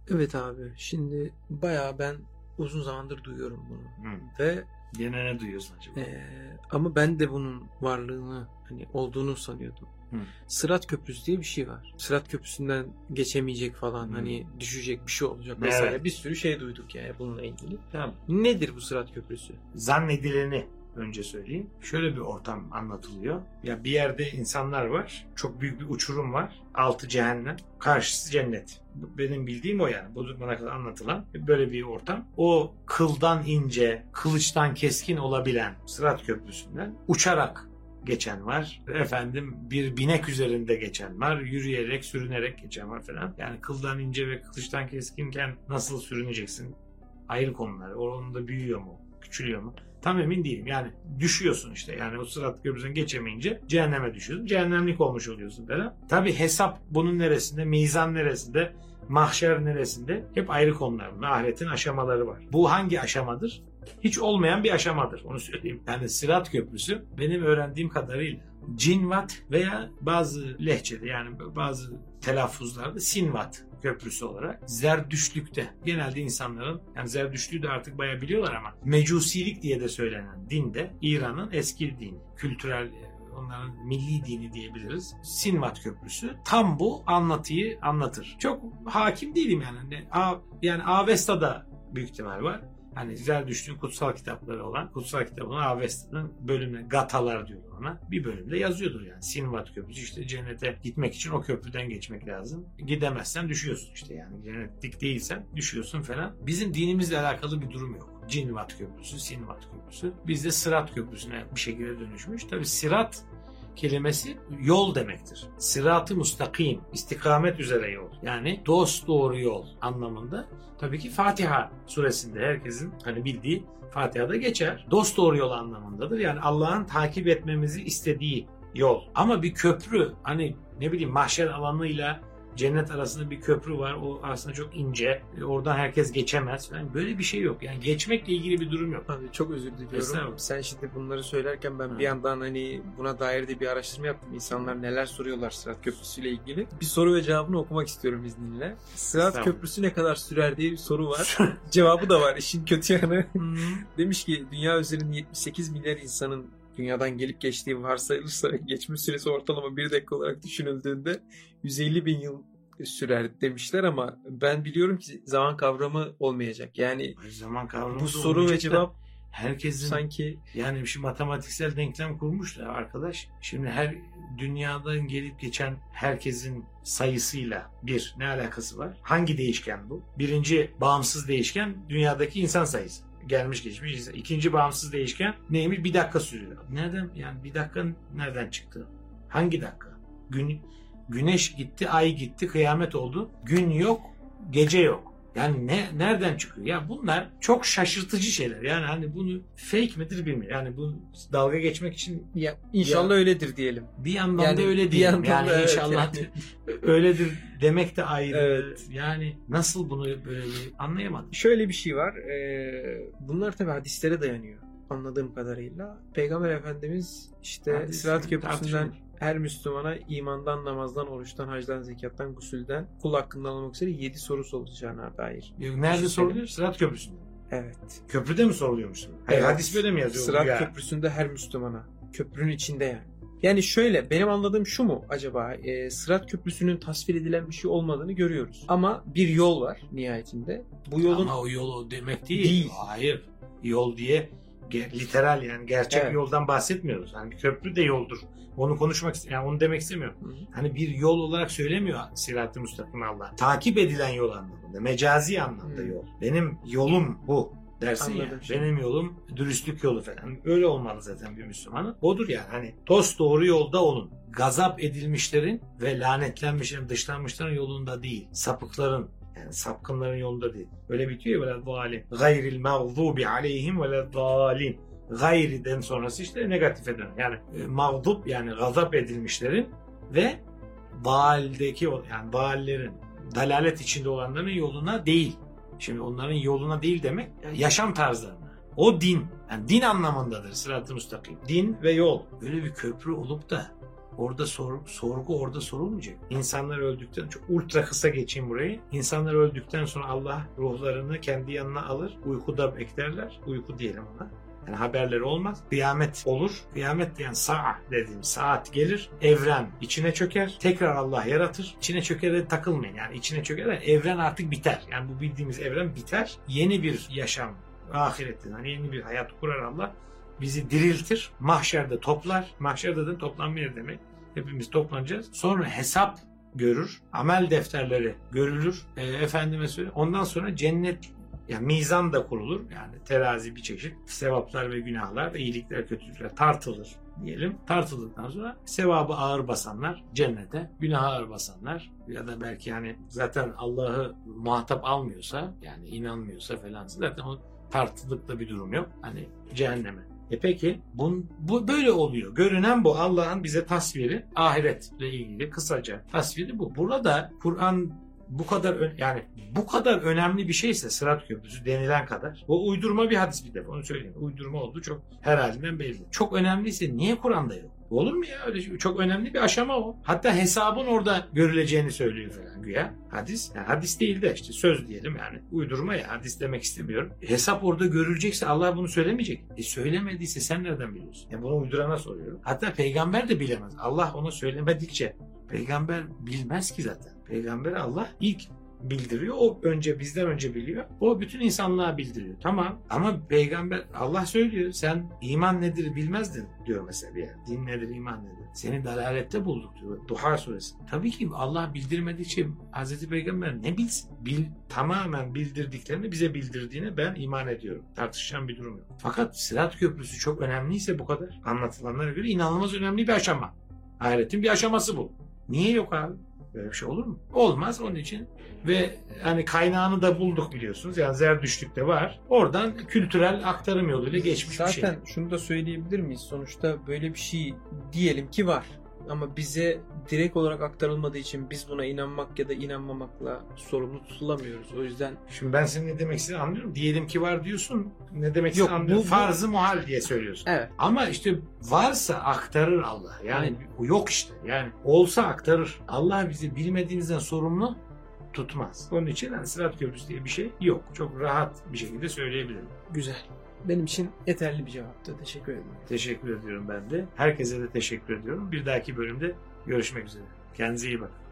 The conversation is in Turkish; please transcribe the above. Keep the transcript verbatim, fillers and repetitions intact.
Evet abi. Şimdi bayağı ben uzun zamandır duyuyorum bunu. Hı. Ve Gene ne duyuyorsun acaba? e, ama ben de bunun varlığını hani olduğunu sanıyordum. Hı. Sırat Köprüsü diye bir şey var. Sırat Köprüsü'nden geçemeyecek falan, Hı. hani düşecek bir şey olacak vesaire. Evet. Bir sürü şey duyduk yani bununla ilgili. Tamam. Nedir bu Sırat Köprüsü? Zannedileni önce söyleyeyim. Şöyle bir ortam anlatılıyor. Ya bir yerde insanlar var. Çok büyük bir uçurum var. Altı cehennem. Karşısı cennet. Benim bildiğim o yani. Bu bana kadar anlatılan böyle bir ortam. O kıldan ince, kılıçtan keskin olabilen Sırat Köprüsü'nden uçarak geçen var. Efendim bir binek üzerinde geçen var. Yürüyerek, sürünerek geçen var falan. Yani kıldan ince ve kılıçtan keskinken nasıl sürüneceksin? Ayrı konular. Orada büyüyor mu? Küçülüyor mu? Tam emin değilim. Yani düşüyorsun işte. Yani o Sırat Köprüsü'nü geçemeyince cehenneme düşüyorsun. Cehennemlik olmuş oluyorsun falan. Tabii hesap bunun neresinde? Mizan neresinde? Mahşer neresinde? Hep ayrı konular. Ahiretin aşamaları var. Bu hangi aşamadır? Hiç olmayan bir aşamadır. Onu söyleyeyim. Yani Sırat Köprüsü benim öğrendiğim kadarıyla Cinvat veya bazı lehçede yani bazı telaffuzlarda Sinvat Köprüsü olarak Zerdüştlükte genelde insanların, yani Zerdüştlüğü de artık bayağı biliyorlar ama Mecusilik diye de söylenen dinde İran'ın eski dini, kültürel, onların milli dini diyebiliriz. Sinvat Köprüsü tam bu anlatıyı anlatır. Çok hakim değilim yani. Yani Avesta'da büyük ihtimal var. Hani Zerdüşt'ün kutsal kitapları olan, kutsal kitabının Avesta'nın bölümüne, Gatalar diyorlar ona. Bir bölümde yazıyordur yani. Sinvat Köprüsü, işte cennete gitmek için o köprüden geçmek lazım. Gidemezsen düşüyorsun işte yani. Cennetlik değilsen düşüyorsun falan. Bizim dinimizle alakalı bir durum yok. Cinvat Köprüsü, Sinvat Köprüsü. Bizde Sırat Köprüsü'ne bir şekilde dönüşmüş. Tabii Sırat kelimesi yol demektir. Sırat-ı mustakim, istikamet üzere yol. Yani dost doğru yol anlamında. Tabii ki Fatiha suresinde herkesin hani bildiği Fatiha'da geçer. Dost doğru yol anlamındadır. Yani Allah'ın takip etmemizi istediği yol. Ama bir köprü, hani ne bileyim mahşer alanıyla cennet arasında bir köprü var. O aslında çok ince. Oradan herkes geçemez. Yani böyle bir şey yok. Yani geçmekle ilgili bir durum yok. Abi çok özür diliyorum. Sen şimdi bunları söylerken ben ha. bir yandan hani buna dair de bir araştırma yaptım. İnsanlar neler soruyorlar Sırat Köprüsü ile ilgili. Bir soru ve cevabını okumak istiyorum izninle. Sırat Köprüsü ne kadar sürer diye bir soru var. Cevabı da var. İşin kötü yanı. Demiş ki dünya üzerinde yetmiş sekiz milyar insanın dünyadan gelip geçtiği varsayılırsa geçme süresi ortalama bir dakika olarak düşünüldüğünde yüz elli bin yıl sürer demişler ama ben biliyorum ki zaman kavramı olmayacak. Yani zaman kavramı bu soru ve cevap herkesin sanki yani şu matematiksel denklem kurmuş da arkadaş. Şimdi her dünyadan gelip geçen herkesin sayısıyla bir ne alakası var? Hangi değişken bu? Birinci bağımsız değişken dünyadaki insan sayısı. Gelmiş geçmiş insan. İkinci bağımsız değişken neymiş? Bir dakika sürüyor. Nereden? Yani bir dakika nereden çıktı? Hangi dakika? Gün Güneş gitti, ay gitti, kıyamet oldu. Gün yok, gece yok. Yani ne nereden çıkıyor? Ya bunlar çok şaşırtıcı şeyler. Yani hani bunu fake midir bilmiyorum. Yani bu dalga geçmek için ya inşallah ya, öyledir diyelim. Bir yandan yani, da öyle diyelim. Yani evet, inşallah yani. öyledir demek de ayrı. Evet. Yani nasıl bunu böyle anlayamadım. Şöyle bir şey var. Ee, bunlar tabii hadislere dayanıyor. Anladığım kadarıyla. Peygamber Efendimiz işte Hadis, Sırat Köprüsü'nden her Müslümana imandan, namazdan, oruçtan, hacdan, zekattan, gusülden, kul hakkından almak üzere yedi soru sorulacağına dair. Nerede soruluyor? Sırat Köprüsü'nde. Evet. Köprüde mi soruluyormuş? Hayır, evet. Hadis böyle mi yazıyor? Sırat ya? Köprüsü'nde her Müslümana. Köprünün içinde yani. Yani şöyle, benim anladığım şu mu acaba? E, Sırat Köprüsü'nün tasvir edilen bir şey olmadığını görüyoruz. Ama bir yol var nihayetinde. Bu yolun... Ama o yol o demek değil. Değil. Hayır. Yol diye literal yani gerçek evet. yoldan bahsetmiyoruz. Hani köprü de yoldur. Onu konuşmak yani onu demek istemiyorum. Hı hı. Hani bir yol olarak söylemiyor Sırat-ı Müstakim Allah. Takip edilen yol anlamında, mecazi anlamda hı. yol. Benim yolum bu dersin Anladım. ya. Benim yolum dürüstlük yolu falan. Öyle olmalı zaten bir Müslümanın. Odur yani hani dost doğru yolda olun. Gazap edilmişlerin ve lanetlenmişlerin, dışlanmışların yolunda değil. Sapıkların, yani sapkınların yolunda değil. Öyle bitiyor ya böyle zalim. Gayril mağzubi aleyhim ve zalim. Gayriden sonrası işte negatife dönüyor. Yani e, mağdup yani gazap edilmişlerin ve daldeki yani dallerin dalalet içinde olanların yoluna değil. Şimdi onların yoluna değil demek yaşam tarzlarına. O din. Yani din anlamındadır Sırat-ı Müstakim. Din ve yol. Böyle bir köprü olup da Orada sor, sorgu orada sorulmayacak. İnsanlar öldükten, çok ultra kısa geçeyim burayı. İnsanlar öldükten sonra Allah ruhlarını kendi yanına alır. Uykuda beklerler. Uyku diyelim ona. Yani haberleri olmaz. Kıyamet olur. Kıyamet yani saat dediğim saat gelir. Evren içine çöker. Tekrar Allah yaratır. İçine çöker de takılmayın. Yani içine çöker de evren artık biter. Yani bu bildiğimiz evren biter. Yeni bir yaşam. Ahiretten hani yeni bir hayat kurar Allah. Bizi diriltir. Mahşerde toplar. Mahşerde de toplanma yeri demek. Hepimiz toplanacağız. Sonra hesap görür. Amel defterleri görülür. E, efendime söyle. Ondan sonra cennet yani mizan da kurulur. Yani terazi bir çeşit. Sevaplar ve günahlar, iyilikler, kötülükler tartılır diyelim. Tartıldıktan sonra sevabı ağır basanlar cennete, günahı ağır basanlar ya da belki yani zaten Allah'ı muhatap almıyorsa yani inanmıyorsa falan zaten o tartıldıkta bir durum yok. Hani cehenneme. E peki bu, bu böyle oluyor. Görünen bu. Allah'ın bize tasviri ahiretle ilgili kısaca tasviri bu. Burada Kur'an bu kadar yani bu kadar önemli bir şeyse Sırat Köprüsü denilen kadar. O uydurma bir hadis bir defa onu söyleyeyim. Uydurma oldu çok her halinden belli. Çok önemliyse niye Kur'an'da yok? Olur mu ya öyle şey? Çok önemli bir aşama o. Hatta hesabın orada görüleceğini söylüyor falan güya. Hadis. Yani hadis değil de işte söz diyelim yani. Uydurma ya hadis demek istemiyorum. Hesap orada görülecekse Allah bunu söylemeyecek. E söylemediyse sen nereden biliyorsun? Ya bunu uydurana soruyorum. Hatta peygamber de bilemez. Allah ona söylemedikçe peygamber bilmez ki zaten. Peygamber Allah ilk bildiriyor. O önce bizden önce biliyor. O bütün insanlığa bildiriyor. Tamam ama peygamber Allah söylüyor. Sen iman nedir bilmezdin diyor mesela bir yer. Din nedir iman nedir? Seni dalalette bulduk diyor. Duha suresi. Tabii ki Allah bildirmedikçe Hazreti Peygamber ne bilsin? Bil, tamamen bildirdiklerini bize bildirdiğine ben iman ediyorum. Tartışacağım bir durum yok. Fakat Sırat Köprüsü çok önemliyse bu kadar anlatılanlara göre inanılmaz önemli bir aşama. Ahiretin bir aşaması bu. Niye yok abi? Böyle bir şey olur mu? Olmaz onun için. Ve hani kaynağını da bulduk biliyorsunuz. Yani Zerdüştlük'te var. Oradan kültürel aktarım yoluyla geçmiş Zaten bir şey. Zaten şunu da söyleyebilir miyiz? Sonuçta böyle bir şey diyelim ki var. Ama bize direkt olarak aktarılmadığı için biz buna inanmak ya da inanmamakla sorumlu tutulamıyoruz. O yüzden... Şimdi ben senin ne demek istediğini anlıyorum. Diyelim ki var diyorsun. Ne demek istediğini anlıyorum. Bu, Farz-ı muhal diye söylüyorsun. Evet. Ama işte varsa aktarır Allah. Yani o yok işte. Yani olsa aktarır. Allah bizi bilmediğimizden sorumlu tutmaz. Onun için yani Sırat Köprüsü diye bir şey yok. Çok rahat bir şekilde söyleyebilirim. Güzel. Benim için yeterli bir cevaptı. Teşekkür ederim. Teşekkür ediyorum ben de. Herkese de teşekkür ediyorum. Bir dahaki bölümde görüşmek üzere. Kendinize iyi bakın.